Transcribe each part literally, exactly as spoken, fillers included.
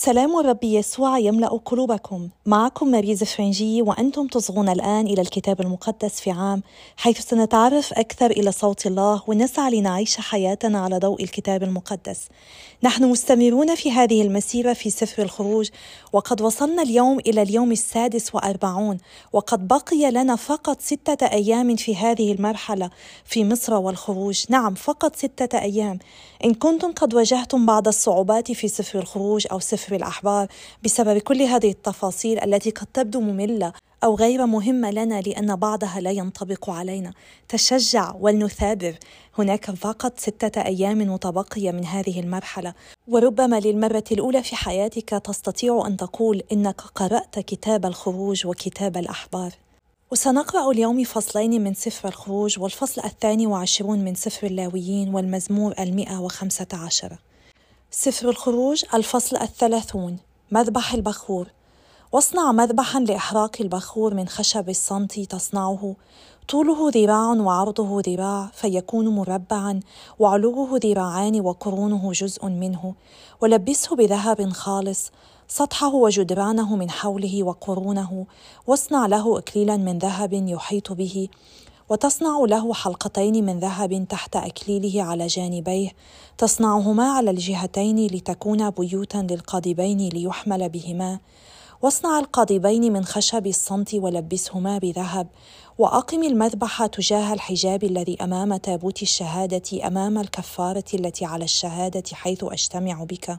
سلام الرب يسوع يملأ قلوبكم. معكم ماريز فرنجي، وأنتم تصغون الآن إلى الكتاب المقدس في عام، حيث سنتعرف أكثر إلى صوت الله ونسعى لنعيش حياتنا على ضوء الكتاب المقدس. نحن مستمرون في هذه المسيرة في سفر الخروج، وقد وصلنا اليوم إلى اليوم السادس وأربعون، وقد بقي لنا فقط ستة أيام في هذه المرحلة في مصر والخروج. نعم، فقط ستة أيام. إن كنتم قد واجهتم بعض الصعوبات في سفر الخروج أو سفر الأحبار بسبب كل هذه التفاصيل التي قد تبدو مملة أو غير مهمة لنا لأن بعضها لا ينطبق علينا، تشجع ولنثابر. هناك فقط ستة أيام متبقية من هذه المرحلة، وربما للمرة الأولى في حياتك تستطيع أن تقول إنك قرأت كتاب الخروج وكتاب الأحبار. وسنقرأ اليوم فصلين من سفر الخروج، والفصل الثاني وعشرون من سفر اللاويين، والمزمور المئة وخمسة عشر. سفر الخروج الفصل الثلاثون، مذبح البخور. واصنع مذبحا لإحراق البخور من خشب الصمت تصنعه، طوله ذراع وعرضه ذراع، فيكون مربعا، وعلوه ذراعان وقرونه جزء منه، ولبسه بذهب خالص، سطحه وجدرانه من حوله وقرونه، واصنع له إكليلا من ذهب يحيط به، وتصنع له حلقتين من ذهب تحت أكليله على جانبيه، تصنعهما على الجهتين لتكون بيوتا للقضيبين ليحمل بهما. واصنع القضيبين من خشب الصمت ولبسهما بذهب، وأقم المذبح تجاه الحجاب الذي أمام تابوت الشهادة أمام الكفارة التي على الشهادة حيث أجتمع بك.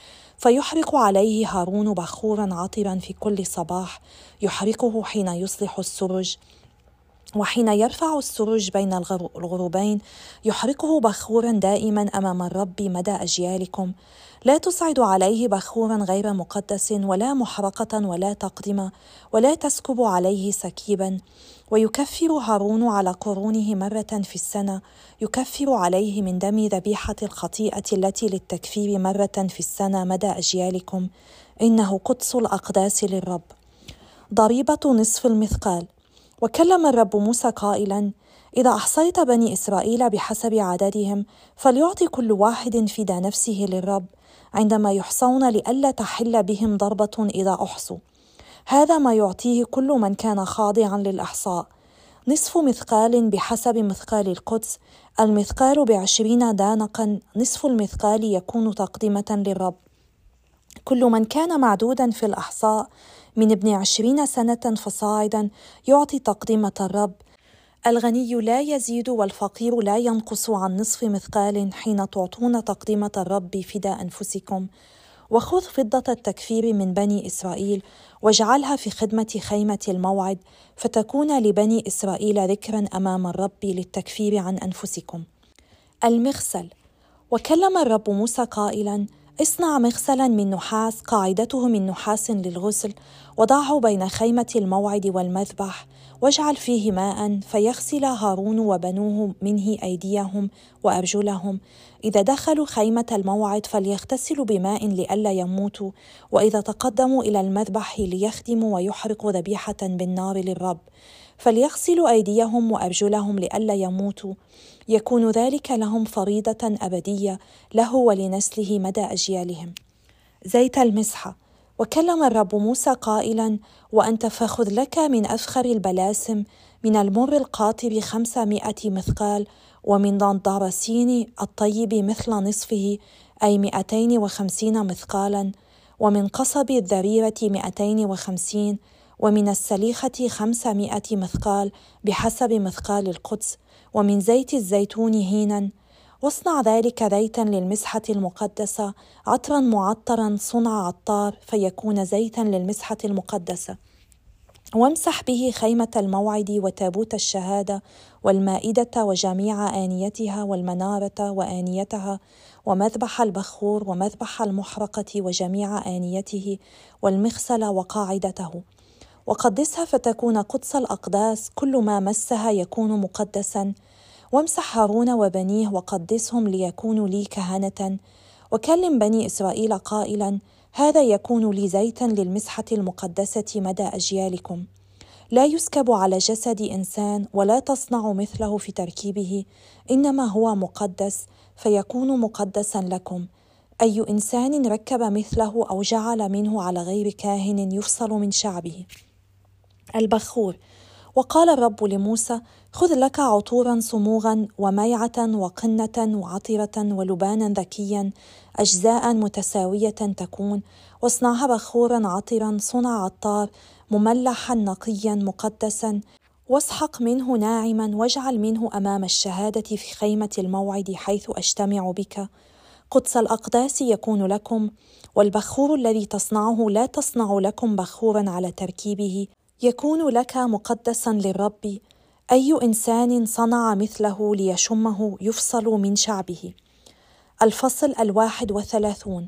فيحرق عليه هارون بخورا عطرا في كل صباح، يحرقه حين يصلح السرج، وحين يرفع السرج بين الغروبين يحرقه بخورا دائما أمام الرب مدى أجيالكم. لا تصعد عليه بخورا غير مقدس، ولا محرقة ولا تقدمة، ولا تسكب عليه سكيبا. ويكفر هارون على قرونه مرة في السنة، يكفر عليه من دم ذبيحة الخطيئة التي للتكفير مرة في السنة مدى أجيالكم، إنه قدس الأقداس للرب. ضريبة نصف المثقال. وكلم الرب موسى قائلا: إذا أحصيت بني إسرائيل بحسب عددهم، فليعطي كل واحد فداء نفسه للرب عندما يحصون، لئلا تحل بهم ضربة إذا أحصوا. هذا ما يعطيه كل من كان خاضعا للإحصاء: نصف مثقال بحسب مثقال القدس، المثقال بعشرين دانقا، نصف المثقال يكون تقدمة للرب. كل من كان معدودا في الإحصاء من ابن عشرين سنة فصاعدا يعطي تقدمة الرب. الغني لا يزيد والفقير لا ينقص عن نصف مثقال حين تعطون تقدمة الرب فداء أنفسكم. وخذ فضة التكفير من بني إسرائيل واجعلها في خدمة خيمة الموعد، فتكون لبني إسرائيل ذكرا أمام الرب للتكفير عن أنفسكم. المغسل. وكلم الرب موسى قائلا: اصنع مغسلا من نحاس، قاعدته من نحاس للغسل، وضعه بين خيمة الموعد والمذبح، واجعل فيه ماء، فيغسل هارون وبنوه منه أيديهم وأرجلهم. إذا دخلوا خيمة الموعد فليغتسلوا بماء لئلا يموتوا، وإذا تقدموا إلى المذبح ليخدموا ويحرقوا ذبيحة بالنار للرب فليغسلوا أيديهم وأرجلهم لئلا يموتوا. يكون ذلك لهم فريضة أبدية له ولنسله مدى أجيالهم. زيت المسحة. وكلم الرب موسى قائلا: وأنت فخذ لك من أفخر البلاسم من المر القاطب خمسمائة مثقال، ومن الضرسين الطيب مثل نصفه أي مئتين وخمسين مثقالا، ومن قصب الذريرة مئتين وخمسين، ومن السليخة خمسمائة مثقال بحسب مثقال القدس، ومن زيت الزيتون هينا. واصنع ذلك زيتا للمسحة المقدسة، عطرا معطرا صنع عطار، فيكون زيتا للمسحة المقدسة. وامسح به خيمة الموعد وتابوت الشهادة والمائدة وجميع آنيتها والمنارة وآنيتها ومذبح البخور ومذبح المحرقة وجميع آنيته والمغسل وقاعدته. وقدسها فتكون قدس الأقداس، كل ما مسها يكون مقدسا. وامسح هارون وبنيه وقدسهم ليكونوا لي كهنة. وكلم بني إسرائيل قائلا: هذا يكون لي زيتا للمسحة المقدسة مدى أجيالكم. لا يسكب على جسد إنسان ولا تصنع مثله في تركيبه، إنما هو مقدس، فيكون مقدسا لكم. أي إنسان ركب مثله أو جعل منه على غير كاهن يفصل من شعبه. البخور. وقال الرب لموسى: خذ لك عطورا صموغا وميعة وقنة وعطرة ولبانا ذكيا أجزاء متساوية تكون، واصنعها بخورا عطرا صنع عطار مملحا نقيا مقدسا، واسحق منه ناعما، واجعل منه أمام الشهادة في خيمة الموعد حيث أجتمع بك. قدس الأقداس يكون لكم، والبخور الذي تصنعه لا تصنع لكم بخورا على تركيبه، يكون لك مقدسا للرب. أي إنسان صنع مثله ليشمه يفصل من شعبه. الفصل الواحد والثلاثون.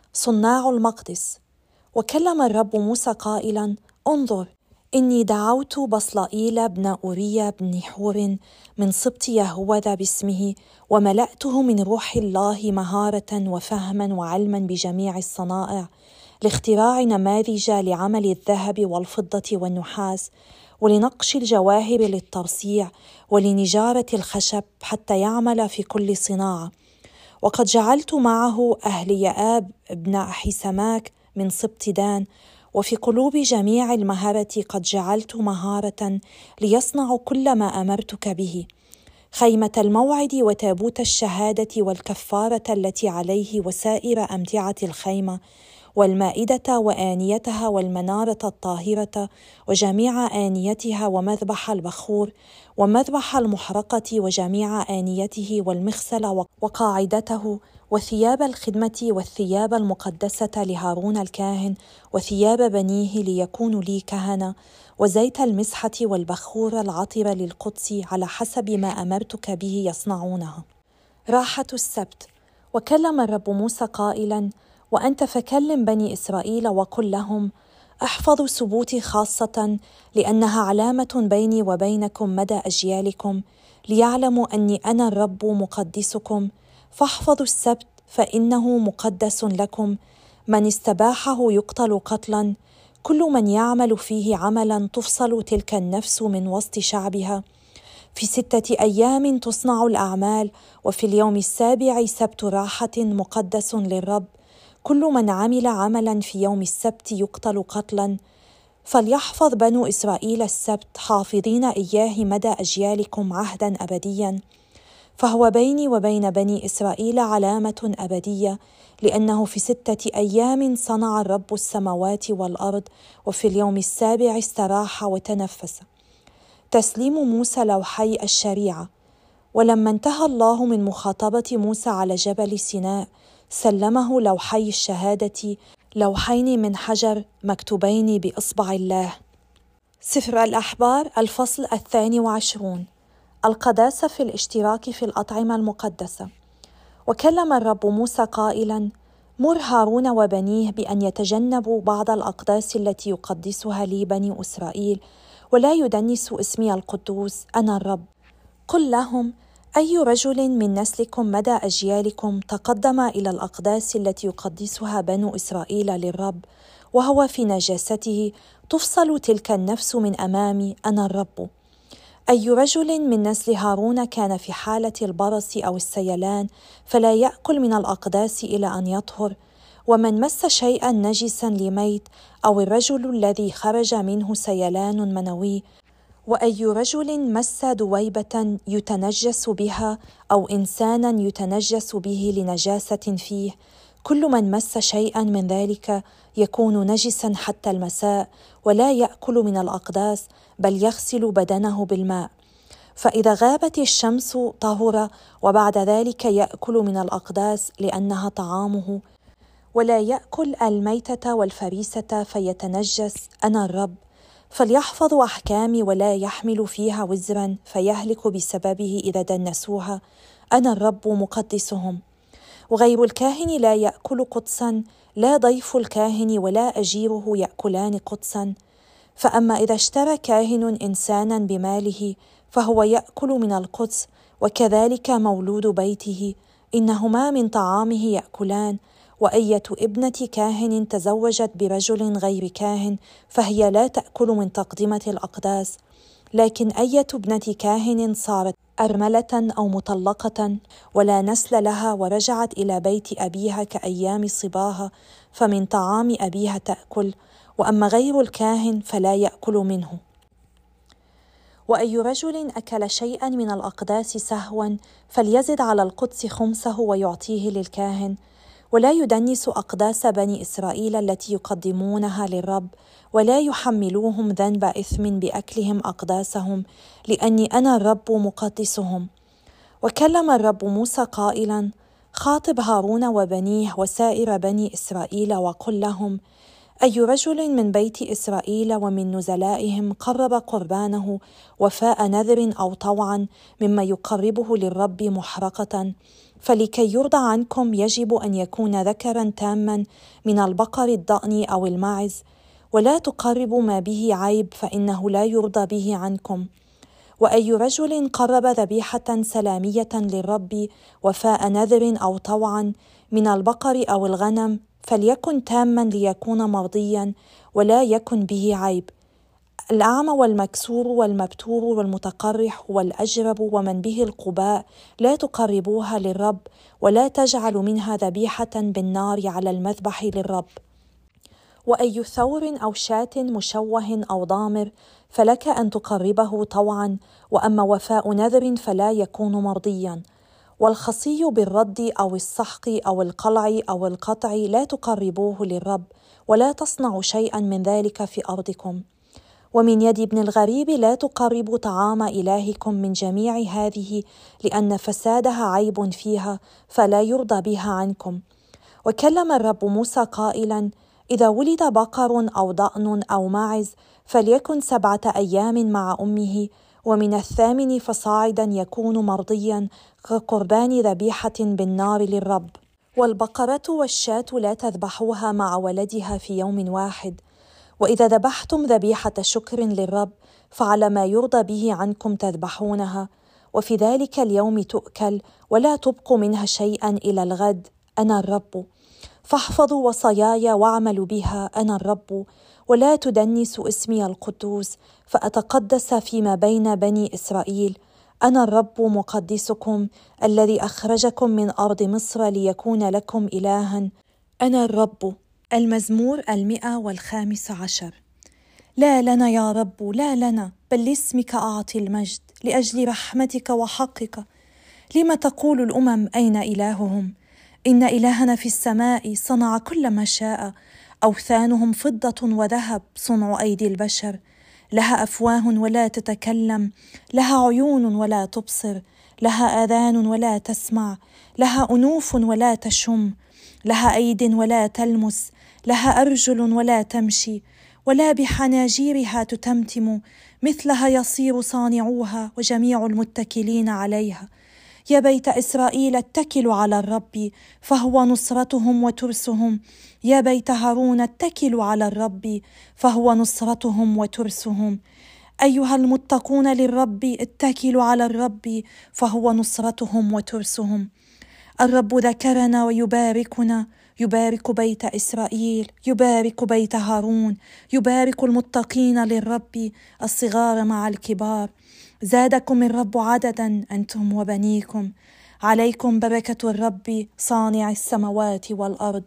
صناع المقدس. وكلم الرب موسى قائلا: انظر، إني دعوت بصلائيل بن أوريا بن حور من سبط يهوذا باسمه، وملأته من روح الله مهارة وفهما وعلما بجميع الصنائع، لاختراع نماذج لعمل الذهب والفضة والنحاس، ولنقش الجواهر للترصيع، ولنجارة الخشب، حتى يعمل في كل صناعة. وقد جعلت معه أهليآب بن أحيسماك من سبط دان، وفي قلوب جميع المهرة قد جعلت مهارة ليصنعوا كل ما أمرتك به: خيمة الموعد وتابوت الشهادة والكفارة التي عليه وسائر أمتعة الخيمة، والمائدة وآنيتها والمنارة الطاهرة وجميع آنيتها، ومذبح البخور ومذبح المحرقة وجميع آنيته، والمخسل وقاعدته، وثياب الخدمة والثياب المقدسة لهارون الكاهن وثياب بنيه ليكونوا لي كهنة، وزيت المسحة والبخور العطر للقدس على حسب ما أمرتك به يصنعونها. راحة السبت. وكلم الرب موسى قائلا: وأنت فكلم بني إسرائيل وقل لهم: احفظوا سبوتي خاصة، لأنها علامة بيني وبينكم مدى أجيالكم، ليعلموا أني أنا الرب مقدسكم. فاحفظوا السبت فإنه مقدس لكم، من استباحه يقتل قتلا، كل من يعمل فيه عملا تفصل تلك النفس من وسط شعبها. في ستة أيام تصنع الأعمال، وفي اليوم السابع سبت راحة مقدس للرب، كل من عمل عملا في يوم السبت يقتل قتلا. فليحفظ بنو إسرائيل السبت حافظين إياه مدى أجيالكم عهدا أبديا، فهو بيني وبين بني إسرائيل علامة أبدية، لأنه في ستة أيام صنع الرب السماوات والأرض، وفي اليوم السابع استراح وتنفس. تسليم موسى لوحي الشريعة. ولما انتهى الله من مخاطبة موسى على جبل سيناء، سلمه لوحي الشهادة، لوحين من حجر مكتوبين بإصبع الله. سفر الأحبار. الفصل الثاني وعشرون. القداسة في الاشتراك في الأطعمة المقدسة. وكلم الرب موسى قائلا: مر هارون وبنيه بأن يتجنبوا بعض الأقداس التي يقدسها لي بني إسرائيل، ولا يدنسوا اسمي القدوس، أنا الرب. قل لهم: أي رجل من نسلكم مدى أجيالكم تقدم إلى الأقداس التي يقدسها بنو إسرائيل للرب وهو في نجاسته، تفصل تلك النفس من أمامي، أنا الرب. أي رجل من نسل هارون كان في حالة البرص أو السيلان، فلا يأكل من الأقداس إلى أن يطهر. ومن مس شيئا نجسا لميت، أو الرجل الذي خرج منه سيلان منوي، وأي رجل مس دويبة يتنجس بها، أو إنسانا يتنجس به لنجاسة فيه، كل من مس شيئا من ذلك يكون نجسا حتى المساء، ولا يأكل من الأقداس، بل يغسل بدنه بالماء. فإذا غابت الشمس طهر، وبعد ذلك يأكل من الأقداس لأنها طعامه. ولا يأكل الميتة والفريسة فيتنجس، أنا الرب. فليحفظوا أحكامي ولا يحمل فيها وزرا فيهلك بسببه إذا دنسوها، أنا الرب مقدسهم. وغير الكاهن لا يأكل قدسا، لا ضيف الكاهن ولا أجيره يأكلان قدسا. فأما إذا اشترى كاهن إنسانا بماله فهو يأكل من القدس، وكذلك مولود بيته، إنهما من طعامه يأكلان. وأية ابنة كاهن تزوجت برجل غير كاهن فهي لا تأكل من تقدمة الأقداس، لكن أية ابنة كاهن صارت أرملة أو مطلقة ولا نسل لها ورجعت إلى بيت أبيها كأيام صباها فمن طعام أبيها تأكل، وأما غير الكاهن فلا يأكل منه. وأي رجل أكل شيئا من الأقداس سهوا فليزد على القدس خمسه ويعطيه للكاهن، ولا يدنس أقداس بني إسرائيل التي يقدمونها للرب، ولا يحملوهم ذنب إثم بأكلهم أقداسهم، لأني أنا الرب مقدسهم. وكلم الرب موسى قائلا: خاطب هارون وبنيه وسائر بني إسرائيل وقل لهم: أي رجل من بيت إسرائيل ومن نزلائهم قرب قربانه وفاء نذر أو طوعا مما يقربه للرب محرقة، فلكي يرضى عنكم يجب أن يكون ذكرا تاما من البقر الضأن أو الماعز، ولا تقربوا ما به عيب فإنه لا يرضى به عنكم. وأي رجل قرب ذبيحة سلامية للرب وفاء نذر أو طوعا من البقر أو الغنم فليكن تاما ليكون مرضيا ولا يكن به عيب. الأعمى والمكسور والمبتور والمتقرح والأجرب ومن به القباء لا تقربوها للرب، ولا تجعل منها ذبيحة بالنار على المذبح للرب. وأي ثور أو شاة مشوه أو ضامر فلك أن تقربه طوعا، وأما وفاء نذر فلا يكون مرضيا. والخصي بالرد أو السحق أو القلع أو القطع لا تقربوه للرب، ولا تصنعوا شيئا من ذلك في أرضكم. ومن يد ابن الغريب لا تقربوا طعام إلهكم من جميع هذه، لأن فسادها عيب فيها فلا يرضى بها عنكم. وكلم الرب موسى قائلا: إذا ولد بقر أو ضأن أو ماعز فليكن سبعة أيام مع أمه، ومن الثامن فصاعدا يكون مرضيا كقربان ذبيحة بالنار للرب. والبقرة والشاة لا تذبحوها مع ولدها في يوم واحد. وإذا ذبحتم ذبيحة شكر للرب فعلى ما يرضى به عنكم تذبحونها، وفي ذلك اليوم تؤكل ولا تبقوا منها شيئا إلى الغد. أنا الرب. فاحفظوا وصاياي واعملوا بها، أنا الرب. ولا تدنسوا اسمي القدوس فأتقدس فيما بين بني إسرائيل. أنا الرب مقدسكم الذي أخرجكم من أرض مصر ليكون لكم إلها. أنا الرب. المزمور المئة والخامس عشر. لا لنا يا رب، لا لنا، بل لاسمك أعطي المجد، لأجل رحمتك وحقك. لم تقول الأمم أين إلههم؟ إن إلهنا في السماء، صنع كل ما شاء. أوثانهم فضة وذهب، صنع أيدي البشر. لها أفواه ولا تتكلم، لها عيون ولا تبصر، لها آذان ولا تسمع، لها أنوف ولا تشم، لها أيد ولا تلمس، لها أرجل ولا تمشي، ولا بحناجيرها تتمتم. مثلها يصير صانعوها وجميع المتكلين عليها. يا بيت إسرائيل اتكلوا على الرب، فهو نصرتهم وترسهم. يا بيت هارون اتكلوا على الرب، فهو نصرتهم وترسهم. أيها المتقون للرب اتكلوا على الرب، فهو نصرتهم وترسهم. الرب ذكرنا ويباركنا، يبارك بيت إسرائيل، يبارك بيت هارون، يبارك المتقين للرب الصغار مع الكبار. زادكم الرب عددا أنتم وبنيكم. عليكم بركة الرب صانع السماوات والأرض.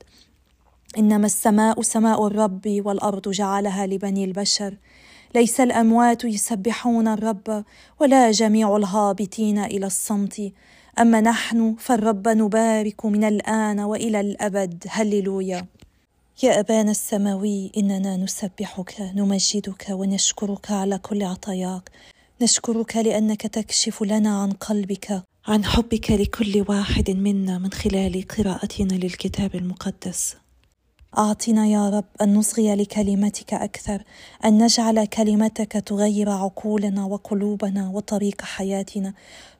إنما السماء سماء الرب، والأرض جعلها لبني البشر. ليس الأموات يسبحون الرب، ولا جميع الهابطين إلى الصمت. أما نحن فالرب نبارك من الآن وإلى الأبد. هللويا. يا أبانا السماوي، إننا نسبحك نمجدك ونشكرك على كل عطاياك. نشكرك لأنك تكشف لنا عن قلبك، عن حبك لكل واحد منا من خلال قراءتنا للكتاب المقدس. أعطنا يا رب أن نصغي لكلمتك أكثر، أن نجعل كلمتك تغير عقولنا وقلوبنا وطريق حياتنا،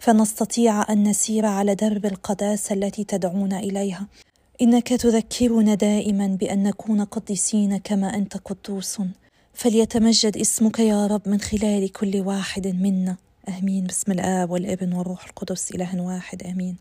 فنستطيع أن نسير على درب القداسة التي تدعونا إليها. إنك تذكرنا دائما بأن نكون قديسين كما أنت قدوس. فليتمجد اسمك يا رب من خلال كل واحد منا. آمين. باسم الآب والابن والروح القدس إله واحد. آمين.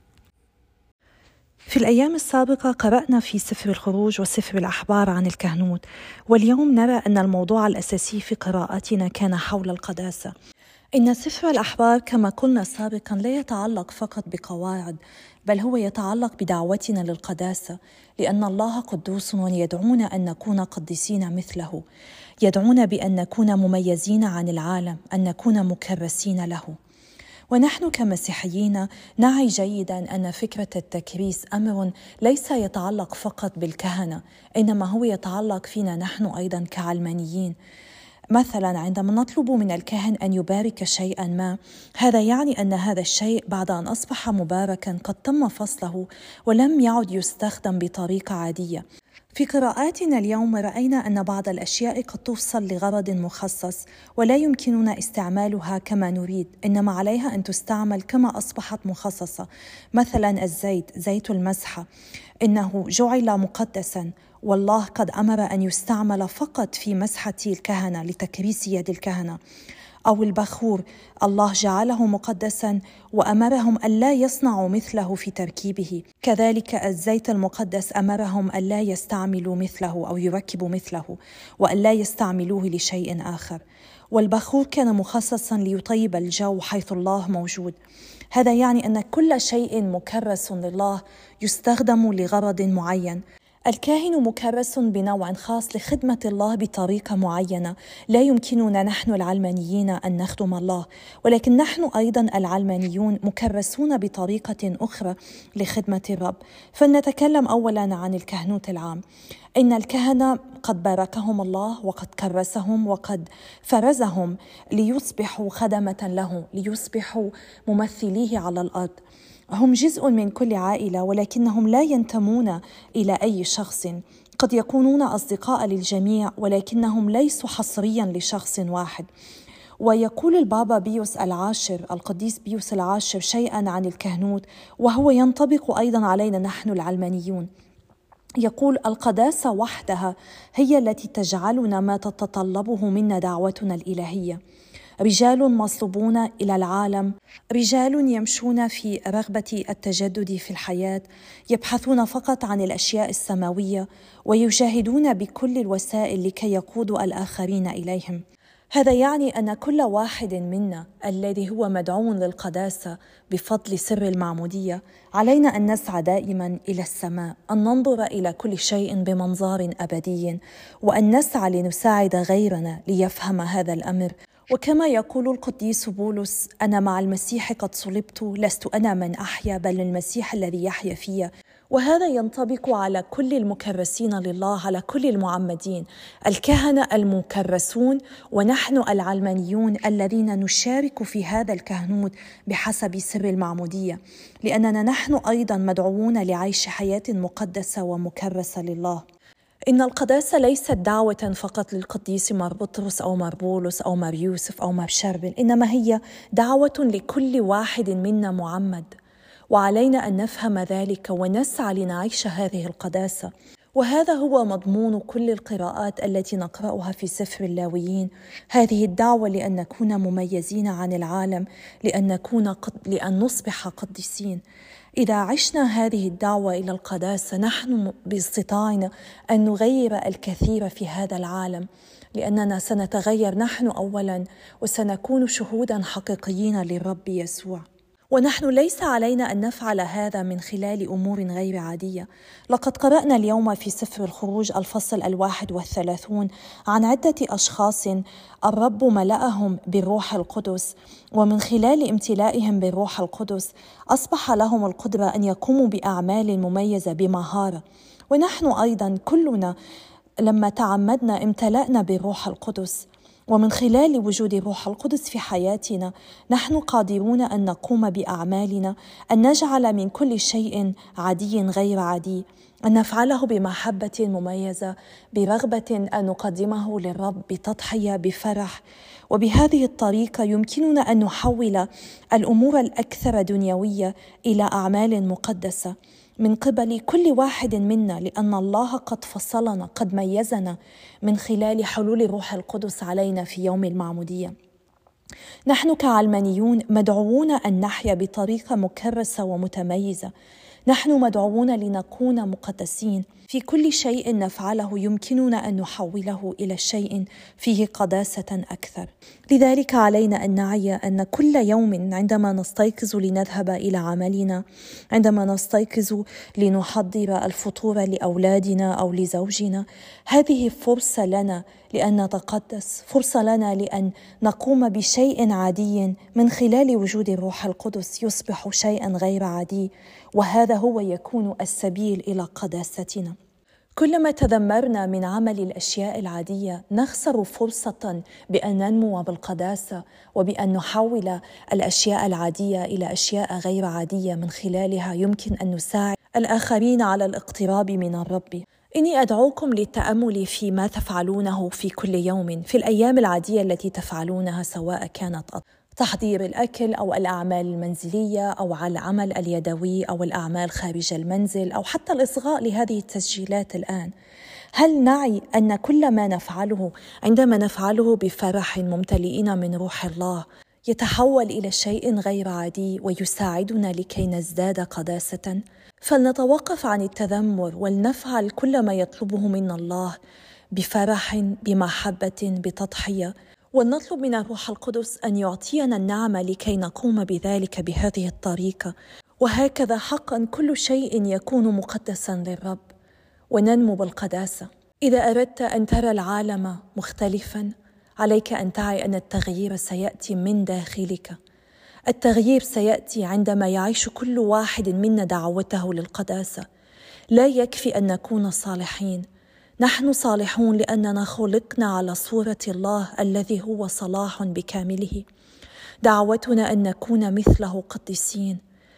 في الأيام السابقة قرأنا في سفر الخروج وسفر الأحبار عن الكهنوت، واليوم نرى أن الموضوع الأساسي في قراءتنا كان حول القداسة. إن سفر الأحبار كما قلنا سابقاً لا يتعلق فقط بقواعد، بل هو يتعلق بدعوتنا للقداسة، لأن الله قدوس ويدعونا أن نكون قديسين مثله، يدعونا بأن نكون مميزين عن العالم، أن نكون مكرسين له. ونحن كمسيحيين نعي جيداً أن فكرة التكريس أمر ليس يتعلق فقط بالكهنة، إنما هو يتعلق فينا نحن أيضاً كعلمانيين. مثلا عندما نطلب من الكاهن أن يبارك شيئا ما، هذا يعني أن هذا الشيء بعد أن أصبح مباركا قد تم فصله ولم يعد يستخدم بطريقة عادية. في قراءاتنا اليوم رأينا أن بعض الأشياء قد تفصل لغرض مخصص ولا يمكننا استعمالها كما نريد، إنما عليها أن تستعمل كما أصبحت مخصصة. مثلا الزيت، زيت المسحة، إنه جعل مقدسا، والله قد أمر أن يستعمل فقط في مسحة الكهنة لتكريس يد الكهنة. أو البخور، الله جعله مقدسا وأمرهم ألا يصنعوا مثله في تركيبه. كذلك الزيت المقدس أمرهم ألا يستعملوا مثله أو يركبوا مثله وألا يستعملوه لشيء آخر. والبخور كان مخصصا ليطيب الجو حيث الله موجود. هذا يعني أن كل شيء مكرس لله يستخدم لغرض معين. الكاهن مكرس بنوع خاص لخدمة الله بطريقة معينة، لا يمكننا نحن العلمانيين أن نخدم الله، ولكن نحن أيضا العلمانيون مكرسون بطريقة أخرى لخدمة الرب. فلنتكلم أولا عن الكهنوت العام. إن الكهنة قد باركهم الله وقد كرسهم وقد فرزهم ليصبحوا خدمة له، ليصبحوا ممثليه على الأرض. هم جزء من كل عائلة، ولكنهم لا ينتمون إلى أي شخص. قد يكونون أصدقاء للجميع، ولكنهم ليسوا حصريا لشخص واحد. ويقول البابا بيوس العاشر، القديس بيوس العاشر، شيئا عن الكهنوت وهو ينطبق أيضا علينا نحن العلمانيون. يقول: القداسة وحدها هي التي تجعلنا ما تتطلبه منا دعوتنا الإلهية. رجال مصلوبون إلى العالم، رجال يمشون في رغبة التجدد في الحياة، يبحثون فقط عن الأشياء السماوية ويجاهدون بكل الوسائل لكي يقودوا الآخرين إليهم. هذا يعني أن كل واحد منا الذي هو مدعو للقداسة بفضل سر المعمودية علينا أن نسعى دائما إلى السماء، أن ننظر إلى كل شيء بمنظار أبدي، وأن نسعى لنساعد غيرنا ليفهم هذا الأمر. وكما يقول القديس بولس: أنا مع المسيح قد صلبت، لست أنا من أحيا بل المسيح الذي يحيا في. وهذا ينطبق على كل المكرسين لله، على كل المعمدين، الكهنة المكرسون ونحن العلمانيون الذين نشارك في هذا الكهنوت بحسب سر المعمودية، لأننا نحن أيضا مدعوون لعيش حياة مقدسة ومكرسة لله. إن القداسة ليست دعوة فقط للقديس مار بطرس أو مار بولس أو مار يوسف أو مار شربل، إنما هي دعوة لكل واحد منا معمد، وعلينا أن نفهم ذلك ونسعى لنعيش هذه القداسة. وهذا هو مضمون كل القراءات التي نقرأها في سفر اللاويين، هذه الدعوة لأن نكون مميزين عن العالم، لأن نكون قد... لأن نصبح قديسين. إذا عشنا هذه الدعوة إلى القداسة نحن باستطاعنا أن نغير الكثير في هذا العالم، لأننا سنتغير نحن أولا وسنكون شهودا حقيقيين للرب يسوع. ونحن ليس علينا أن نفعل هذا من خلال أمور غير عادية. لقد قرأنا اليوم في سفر الخروج الفصل الواحد والثلاثون عن عدة أشخاص الرب ملأهم بالروح القدس، ومن خلال امتلائهم بالروح القدس أصبح لهم القدرة أن يقوموا بأعمال مميزة بمهارة. ونحن أيضا كلنا لما تعمدنا امتلأنا بالروح القدس، ومن خلال وجود الروح القدس في حياتنا نحن قادرون أن نقوم بأعمالنا، أن نجعل من كل شيء عادي غير عادي، أن نفعله بمحبة مميزة، برغبة أن نقدمه للرب، بتضحية، بفرح. وبهذه الطريقة يمكننا أن نحول الأمور الأكثر دنيوية إلى أعمال مقدسة من قبل كل واحد منا، لأن الله قد فصلنا، قد ميزنا من خلال حلول الروح القدس علينا في يوم المعمودية. نحن كعلمانيون مدعوون أن نحيا بطريقة مكرسة ومتميزة. نحن مدعوون لنكون مقدسين في كل شيء نفعله يمكننا أن نحوله إلى شيء فيه قداسة أكثر. لذلك علينا أن نعي أن كل يوم عندما نستيقظ لنذهب إلى عملنا، عندما نستيقظ لنحضر الفطور لأولادنا أو لزوجنا، هذه فرصة لنا لأن نتقدس، فرصة لنا لأن نقوم بشيء عادي من خلال وجود الروح القدس يصبح شيئا غير عادي، وهذا هو يكون السبيل إلى قداستنا. كلما تذمرنا من عمل الأشياء العادية نخسر فرصة بأن ننمو بالقداسة وبأن نحول الأشياء العادية إلى أشياء غير عادية من خلالها يمكن أن نساعد الآخرين على الاقتراب من الرب. إني أدعوكم للتأمل فيما تفعلونه في كل يوم في الأيام العادية التي تفعلونها، سواء كانت تحضير الأكل أو الأعمال المنزلية أو على العمل اليدوي أو الأعمال خارج المنزل أو حتى الإصغاء لهذه التسجيلات الآن. هل نعي أن كل ما نفعله عندما نفعله بفرح ممتلئين من روح الله يتحول إلى شيء غير عادي ويساعدنا لكي نزداد قداسة؟ فلنتوقف عن التذمر ولنفعل كل ما يطلبه منا الله بفرح، بمحبة، بتضحية، ونطلب من الروح القدس أن يعطينا النعمة لكي نقوم بذلك بهذه الطريقة. وهكذا حقا كل شيء يكون مقدسا للرب وننمو بالقداسة. إذا أردت أن ترى العالم مختلفا عليك أن تعي أن التغيير سيأتي من داخلك. التغيير سيأتي عندما يعيش كل واحد منا دعوته للقداسة. لا يكفي أن نكون صالحين، نحن صالحون لأننا خلقنا على صورة الله الذي هو صلاح بكامله. دعوتنا أن نكون مثله قديسين،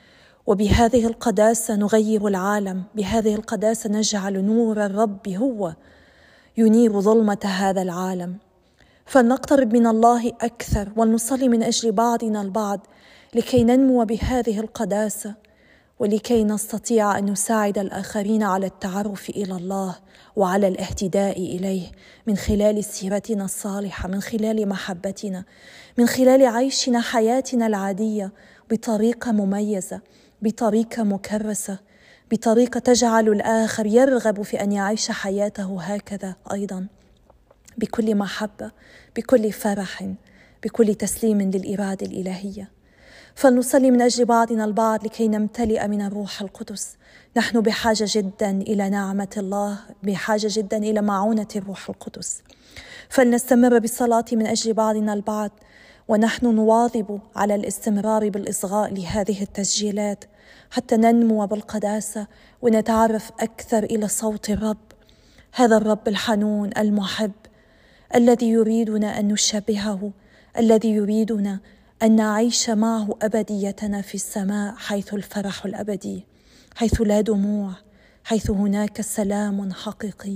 وبهذه القداسة نغير العالم، بهذه القداسة نجعل نور الرب هو ينير ظلمة هذا العالم. فلنقترب من الله أكثر ولنصلي من أجل بعضنا البعض لكي ننمو بهذه القداسة ولكي نستطيع أن نساعد الآخرين على التعرف إلى الله وعلى الاهتداء إليه من خلال سيرتنا الصالحة، من خلال محبتنا، من خلال عيشنا حياتنا العادية بطريقة مميزة، بطريقة مكرسة، بطريقة تجعل الآخر يرغب في أن يعيش حياته هكذا أيضا، بكل محبة، بكل فرح، بكل تسليم للإرادة الإلهية. فلنصلي من أجل بعضنا البعض لكي نمتلئ من الروح القدس. نحن بحاجة جدا إلى نعمة الله، بحاجة جدا إلى معونة الروح القدس. فلنستمر بالصلاة من أجل بعضنا البعض، ونحن نواظب على الاستمرار بالإصغاء لهذه التسجيلات حتى ننمو بالقداسة ونتعرف أكثر إلى صوت الرب، هذا الرب الحنون المحب الذي يريدنا أن نشبهه، الذي يريدنا أن نعيش معه أبديتنا في السماء، حيث الفرح الأبدي، حيث لا دموع، حيث هناك سلام حقيقي.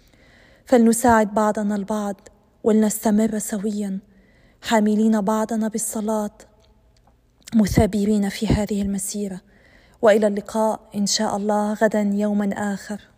فلنساعد بعضنا البعض ولنستمر سويا حاملين بعضنا بالصلاة، مثابرين في هذه المسيرة. وإلى اللقاء إن شاء الله غدا يوما آخر.